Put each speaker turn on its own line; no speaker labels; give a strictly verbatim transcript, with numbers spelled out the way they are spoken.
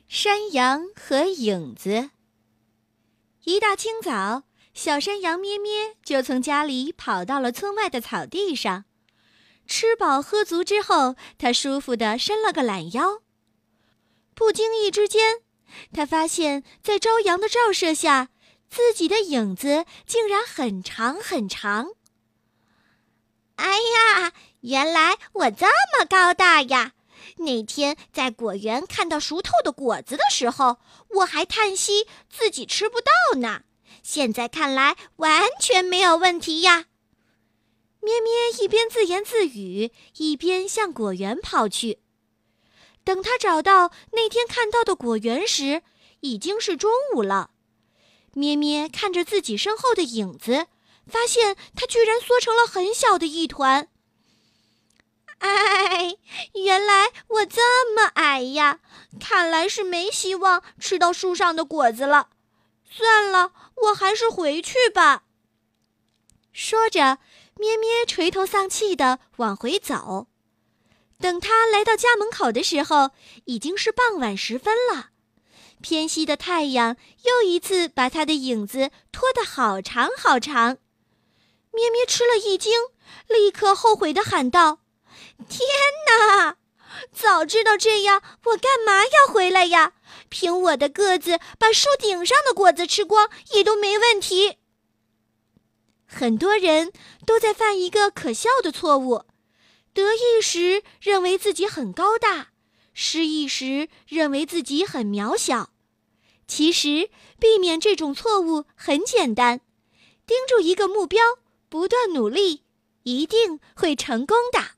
山羊和影子。一大清早，小山羊咩咩就从家里跑到了村外的草地上。吃饱喝足之后，它舒服地伸了个懒腰。不经意之间，它发现在朝阳的照射下，自己的影子竟然很长很长。
哎呀，原来我这么高大呀！那天在果园看到熟透的果子的时候，我还叹息自己吃不到呢。现在看来完全没有问题呀。
咩咩一边自言自语，一边向果园跑去。等他找到那天看到的果园时，已经是中午了。咩咩看着自己身后的影子，发现它居然缩成了很小的一团。
哎，原来我这么矮呀，看来是没希望吃到树上的果子了。算了，我还是回去吧。
说着，咩咩垂头丧气地往回走。等他来到家门口的时候，已经是傍晚时分了。偏西的太阳又一次把他的影子拖得好长好长。咩咩吃了一惊，立刻后悔地喊道：
天哪！早知道这样，我干嘛要回来呀？凭我的个子，把树顶上的果子吃光也都没问题。
很多人都在犯一个可笑的错误：得意时认为自己很高大，失意时认为自己很渺小。其实，避免这种错误很简单，盯住一个目标，不断努力，一定会成功的。